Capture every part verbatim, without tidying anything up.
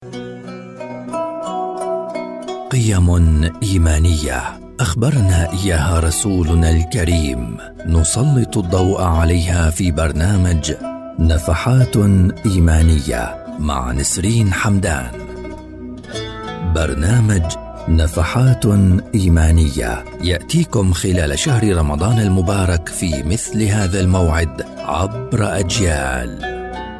قيم إيمانية أخبرنا إياها رسولنا الكريم، نسلط الضوء عليها في برنامج نفحات إيمانية مع نسرين حمدان. برنامج نفحات إيمانية يأتيكم خلال شهر رمضان المبارك في مثل هذا الموعد عبر أجيال.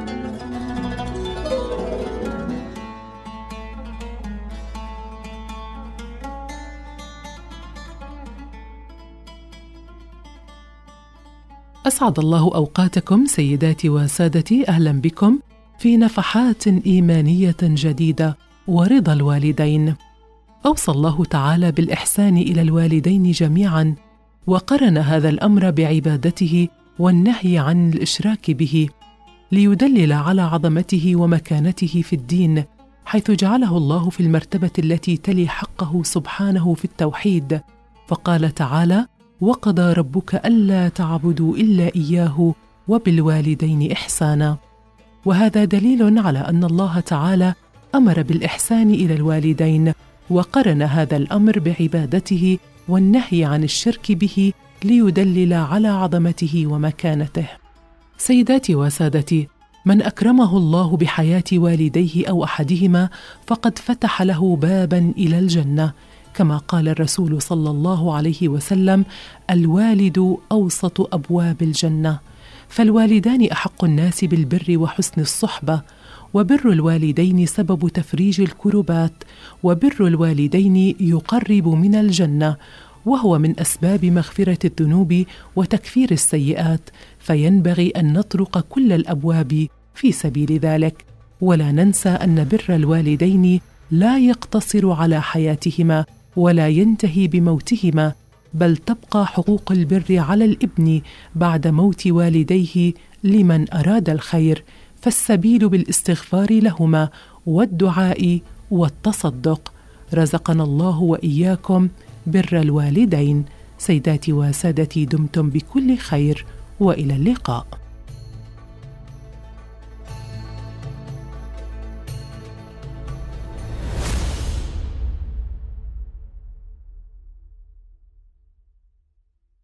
أسعد الله أوقاتكم سيداتي وسادتي، أهلا بكم في نفحات إيمانية جديدة ورضا الوالدين. أوصى الله تعالى بالإحسان إلى الوالدين جميعا، وقرن هذا الأمر بعبادته والنهي عن الإشراك به، ليدلل على عظمته ومكانته في الدين، حيث جعله الله في المرتبة التي تلي حقه سبحانه في التوحيد، فقال تعالى: وقضى ربك ألا تعبدوا إلا إياه وبالوالدين إحسانا. وهذا دليل على أن الله تعالى أمر بالإحسان إلى الوالدين، وقرن هذا الأمر بعبادته والنهي عن الشرك به، ليدلل على عظمته ومكانته. سيداتي وسادتي، من أكرمه الله بحياة والديه أو أحدهما فقد فتح له بابا إلى الجنة، كما قال الرسول صلى الله عليه وسلم: الوالد أوسط أبواب الجنة. فالوالدان أحق الناس بالبر وحسن الصحبة، وبر الوالدين سبب تفريج الكربات، وبر الوالدين يقرب من الجنة، وهو من أسباب مغفرة الذنوب وتكفير السيئات، فينبغي أن نطرق كل الأبواب في سبيل ذلك. ولا ننسى أن بر الوالدين لا يقتصر على حياتهما ولا ينتهي بموتهما، بل تبقى حقوق البر على الابن بعد موت والديه لمن أراد الخير، فالسبيل بالاستغفار لهما والدعاء والتصدق. رزقنا الله وإياكم بر الوالدين. سيداتي وسادتي، دمتم بكل خير، وإلى اللقاء.